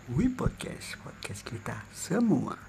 Podcast kita semua.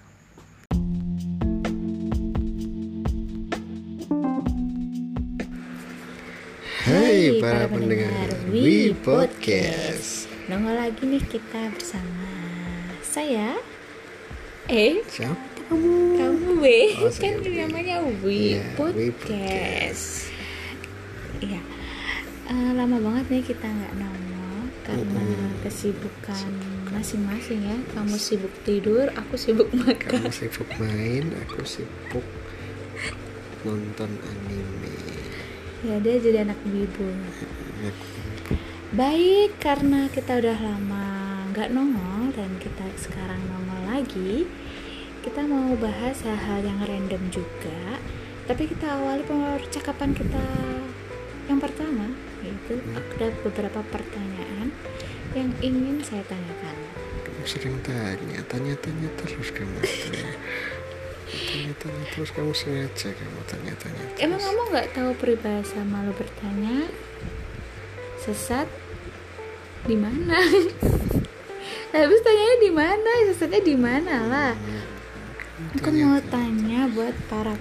Hai para pendengar Wi Podcast. Nongol lagi nih kita bersama saya. Siapa kamu? Kamu Oh, kan saya Wi. namanya Wi Iya, Wi Podcast. Iya. Lama banget nih kita nggak nongol karena kesibukan masing-masing ya. Kamu sibuk tidur, aku sibuk makan. Kamu sibuk main, aku sibuk nonton anime. Ya dia jadi anak wibu. Aku Baik, karena kita udah lama nggak nongol dan kita sekarang nongol lagi, kita mau bahas hal-hal yang random juga. Tapi kita awali percakapan kita yang pertama, yaitu ada beberapa pertanyaan yang ingin saya tanyakan. kamu sering tanya terus kamu. Tanya terus kamu sengaja kamu tanya terus. Emang kamu nggak tahu peribahasa malu bertanya, sesat di mana? Habis tanyanya di mana? Sesatnya di mana lah? Aku mau tanya buat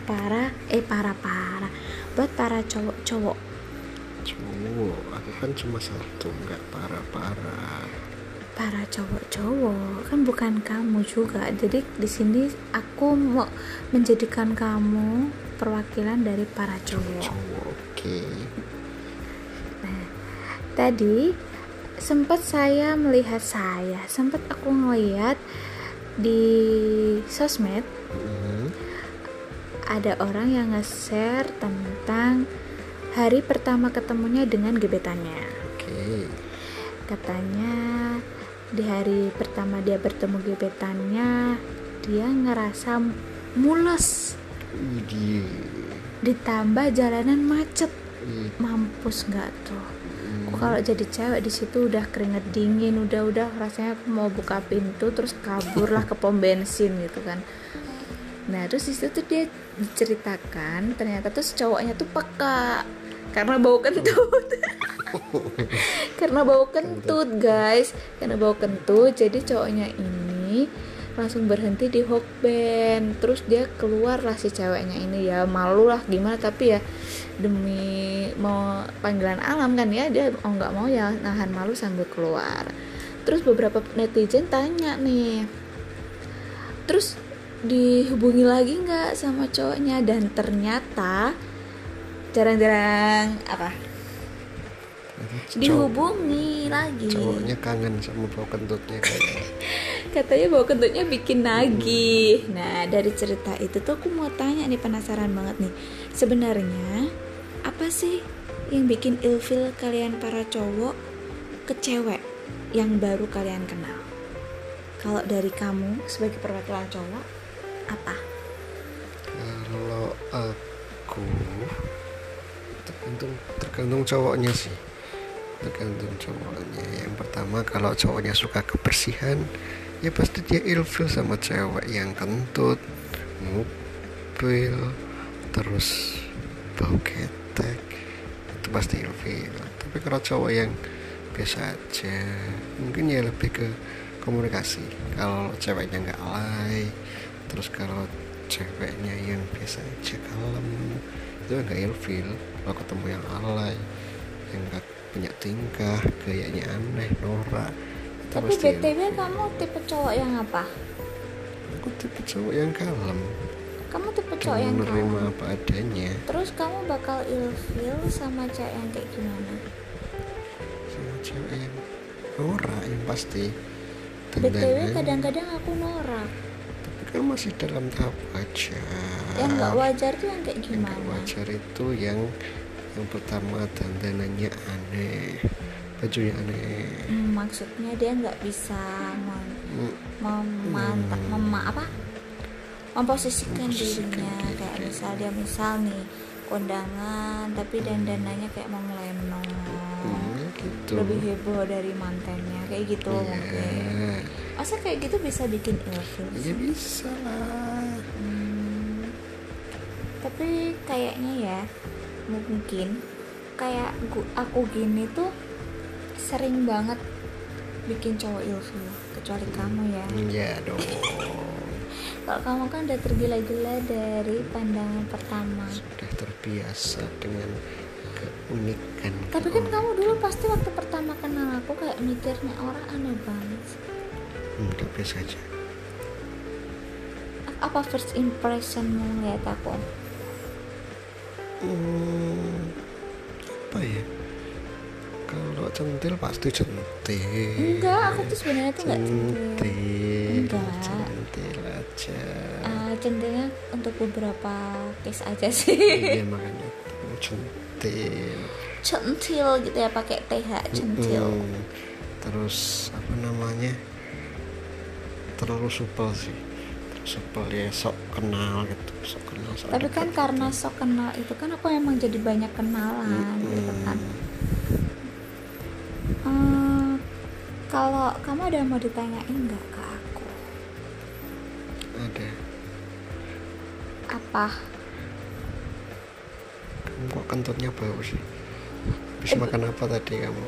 buat para cowok-cowok. Cowok, aku kan cuma satu, nggak para. Para cowok-cowok kan bukan kamu juga. Jadi di sini aku mau menjadikan kamu perwakilan dari para cowok. Cowok, oke. Tadi sempat aku ngeliat di sosmed ada orang yang nge-share tentang hari pertama ketemunya dengan gebetannya. Oke. Katanya di hari pertama dia bertemu gebetannya, dia ngerasa mules, Widih. ditambah jalanan macet. Mampus nggak tuh? Kalau jadi cewek di situ udah keringet dingin, udah rasanya aku mau buka pintu terus kabur lah ke pom bensin gitu kan. Nah terus di situ tuh dia diceritakan ternyata tuh cowoknya tuh peka karena bau kentut. Karena bau kentut guys, jadi cowoknya ini langsung berhenti di Hokben. Terus dia keluar lah si ceweknya ini, ya malu lah gimana, tapi ya demi mau panggilan alam kan ya, dia nggak mau ya nahan malu sambil keluar. Terus beberapa netizen tanya nih, terus dihubungi lagi nggak sama cowoknya, dan ternyata jarang-jarang dihubungi lagi. Cowoknya kangen sama bau kentutnya kayaknya. Katanya bau kentutnya bikin nagih. Nah dari cerita itu tuh aku mau tanya nih, penasaran banget nih, sebenarnya apa sih yang bikin ilfil kalian para cowok ke cewek yang baru kalian kenal? Kalau dari kamu sebagai perwakilan cowok, apa? Kalau aku tergantung cowoknya sih. Tergantung cowoknya. Yang pertama, kalau cowoknya suka kebersihan, ya pasti dia ilfil sama cewek yang kentut, mobil, terus bau ketek, itu pasti ilfil. Tapi kalau cowok yang biasa aja, mungkin ya lebih ke komunikasi. Kalau ceweknya nggak alay, terus kalau ceweknya yang biasa aja kalem, itu nggak ilfil. Kalau ketemu yang alay, yang nggak punya tingkah, gayanya aneh, norak, itu Tapi pasti BTW ilfil. kamu tipe cowok yang apa? Aku tipe cowok yang kalem Kamu tipe dan cowok yang menerima kalem. apa adanya. Terus kamu bakal ilfil sama cewek yang kayak gimana? Sama cewek yang norak yang pasti. BTW kadang-kadang aku norak. Tapi kan masih dalam tahap wajar. Yang nggak wajar tuh yang kayak Yang nggak gimana? wajar itu yang pertama dandanannya aneh, bajunya aneh. Maksudnya dia nggak bisa memposisikan dirinya, kayak misal nih kondangan tapi dandanannya kayak mau ngelenong, Gitu. lebih heboh dari mantannya kayak gitu. Iya. Mungkin masa kayak gitu bisa bikin ilfil Ya sih? bisa lah. Tapi kayaknya ya mungkin kayak aku gini tuh sering banget bikin cowok ilfil kecuali kamu ya. Iya dong. Kalau kamu kan udah tergila-gila dari pandangan pertama. Sudah terbiasa dengan keunikan. Tapi kan kamu dulu pasti waktu pertama kenal aku kayak mikirnya orang aneh banget. Enggak, biasa aja. Apa first impressionmu ngeliat aku? Apa ya? Kalau centil pasti centil. Enggak, aku tuh sebenarnya tuh nggak Centil. Enggak. Centil aja. Centilnya untuk beberapa case aja sih. Iya makanya itu centil. Centil gitu ya, pakai TH, centil. Terus apa namanya? Terlalu supel sih. Supel ya, sok kenal gitu, sok kenal. Sok Tapi kan dekat karena gitu. sok kenal itu kan aku emang jadi banyak kenalan gitu kan. Kalau kamu ada mau ditanyain nggak ke aku? Ada. Apa? Kamu kok kentutnya bau sih? Habis makan apa tadi kamu?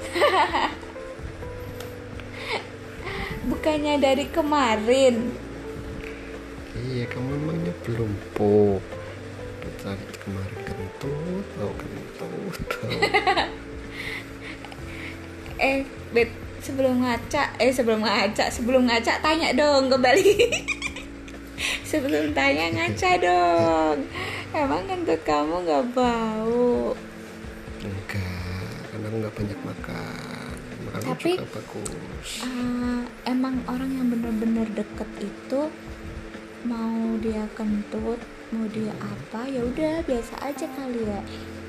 Bukannya dari kemarin? Iya, kamu emangnya belum po. Tadi kemarin kentut, bau kentut. Bet, sebelum ngaca tanya dong kembali. Sebelum tanya ngaca dong. Emang kentut kamu nggak bau? Enggak, karena aku nggak banyak makan. Makanku Tapi, juga bagus. Emang orang yang bener-bener deket itu mau dia kentut, mau dia apa, ya udah biasa aja kali ya.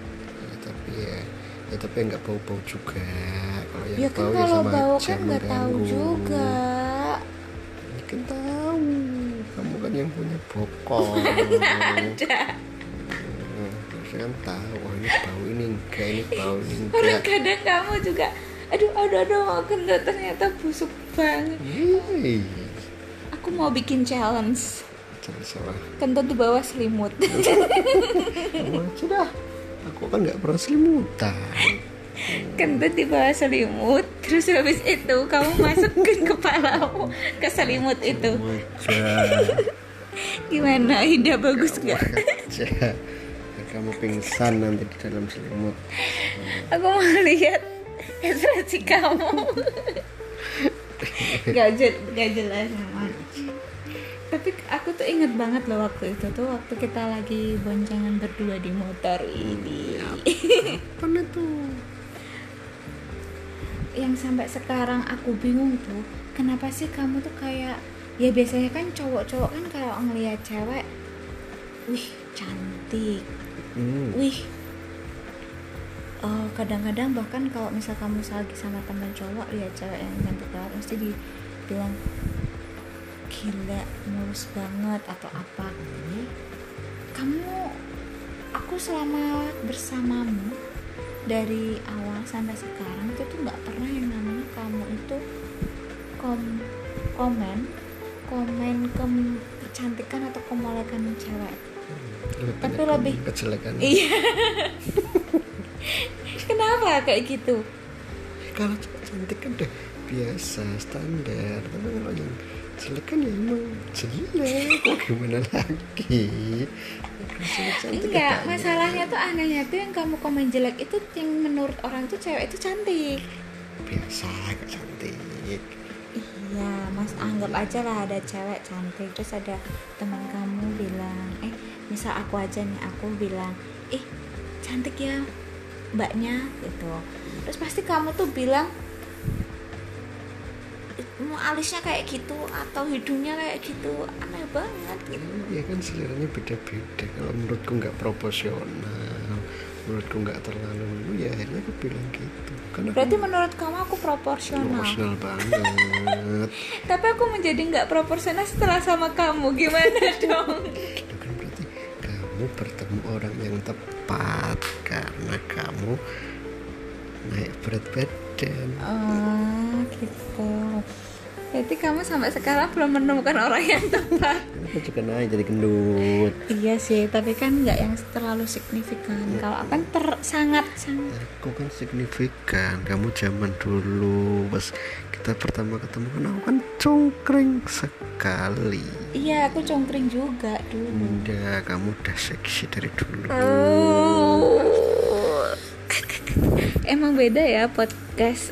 Ya tapi nggak bau-bau juga. Kalau yang Ya kan bau kalau sama bau aja kan nggak tahu mengganggu. juga. Ya kan tahu. Kamu kan yang punya bokong. Ada. Saya kan tahu. Oh, ini bau, ini enggak, ini bau, ini Orang enggak. kadang kamu juga, aduh mau kentut ternyata busuk banget. Aku mau bikin challenge. Jangan salah. Kentut di bawah selimut. Kamu aja dah. Aku kan nggak pernah selimutan. Kentut di bawah selimut. Terus habis itu kamu masukin kepalamu ke selimut itu. Gimana? Indah bagus Kamu gak? aja. Kamu pingsan nanti di dalam selimut. Aku mau lihat ekspresi kamu. Gak jelas memang. Tapi aku tuh inget banget loh waktu itu tuh, waktu kita lagi boncengan berdua di motor ini. Apa itu? Yang sampai sekarang aku bingung tuh, kenapa sih kamu tuh kayak, ya biasanya kan cowok-cowok kan kalau ngelihat cewek, wih cantik, wih. Kadang-kadang bahkan kalau misal kamu lagi sama teman cowok lihat cewek yang cantik banget, mesti dibilang gila, mulus banget atau apa. Aku selama bersamamu dari awal sampai sekarang itu tuh nggak pernah yang namanya kamu itu komen kecantikan atau kemolekan cewek. Tapi lebih kejelekan. Iya. Kenapa kayak gitu? Kalau cewek cantik kan udah biasa, standar. Tapi kalau yang jelek kan ya emang jelek. Kok gimana lagi? Enggak, masalahnya tuh anehnya tuh yang kamu komen jelek itu yang menurut orang tuh cewek itu cantik. Biasa gak cantik. Iya, Mas, anggap aja lah ada cewek cantik, terus ada teman kamu bilang, misal aku aja nih, aku bilang, cantik ya mbaknya gitu. Terus pasti kamu tuh bilang, alisnya kayak gitu atau hidungnya kayak gitu, aneh banget gitu. Ya kan seleranya beda-beda. Kalau menurutku nggak proporsional, menurutku nggak terlalu, ya akhirnya aku bilang gitu. Karena Berarti menurut kamu aku proporsional banget. Tapi aku menjadi nggak proporsional setelah sama kamu, gimana dong? Itu kan berarti kamu bertemu orang yang tepat karena kamu naik berat badan. Oh gitu. Berarti kamu sampai sekarang belum menemukan orang yang tepat. Aku juga naik jadi gendut. Iya sih, tapi kan nggak yang terlalu signifikan. Kalau aku kan sangat. Aku kan signifikan. Kamu zaman dulu pas kita pertama ketemu kan aku kan congkring sekali. Iya, aku congkring juga dulu. Udah, kamu udah seksi dari dulu. Emang beda ya podcast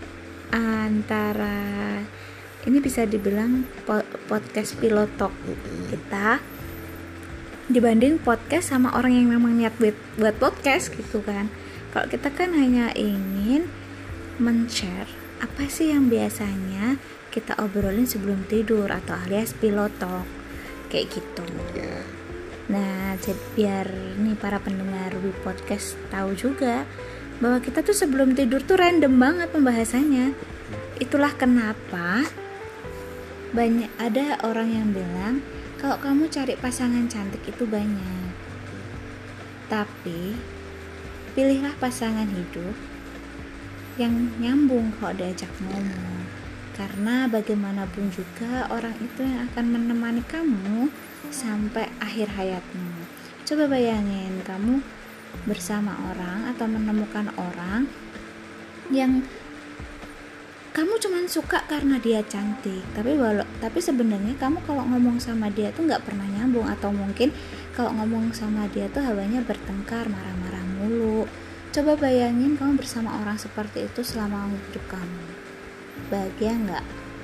antara ini bisa dibilang podcast pilot talk kita dibanding podcast sama orang yang memang niat buat podcast gitu kan. Kalau kita kan hanya ingin men-share apa sih yang biasanya kita obrolin sebelum tidur atau alias pilot talk kayak gitu. Nah, jadi biar nih para pendengar Ruby Podcast tahu juga bahwa kita tuh sebelum tidur tuh random banget pembahasannya. Itulah kenapa banyak ada orang yang bilang kalau kamu cari pasangan cantik itu banyak, tapi pilihlah pasangan hidup yang nyambung kalau diajak ngomong, karena bagaimanapun juga orang itu yang akan menemani kamu sampai akhir hayatmu. Coba bayangin kamu bersama orang atau menemukan orang yang kamu cuman suka karena dia cantik, tapi sebenarnya kamu kalau ngomong sama dia tuh nggak pernah nyambung, atau mungkin kalau ngomong sama dia tuh hawanya bertengkar, marah-marah mulu. Coba bayangin kamu bersama orang seperti itu selama hidup kamu, bahagia nggak?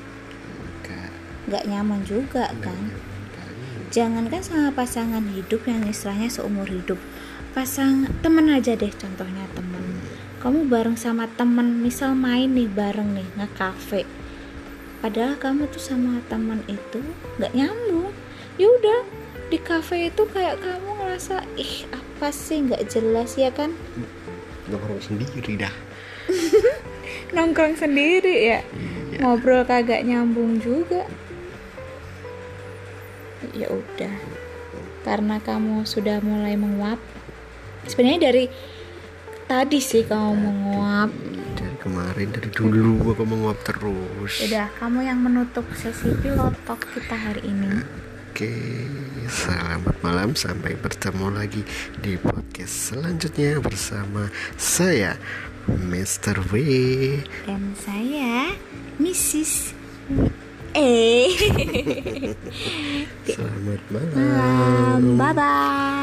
Nggak nyaman juga kan? Jangankan sama pasangan hidup yang istilahnya seumur hidup, teman aja deh, contohnya teman. Kamu bareng sama teman, misal main nih bareng nih nge-cafe, padahal kamu tuh sama teman itu nggak nyambung. Yaudah, di cafe itu kayak kamu ngerasa apa sih, nggak jelas ya kan? Nongkrong sendiri dah. Nongkrong sendiri ya, ngobrol kagak nyambung juga. Ya udah, karena kamu sudah mulai menguap. Sebenarnya dari tadi sih kamu menguap. Dari kemarin, dari dulu aku menguap terus. Udah, kamu yang menutup sesi pilot talk kita hari ini. Oke, selamat malam, sampai bertemu lagi di podcast selanjutnya bersama saya Mr. W dan saya Mrs. Selamat malam. Bye bye.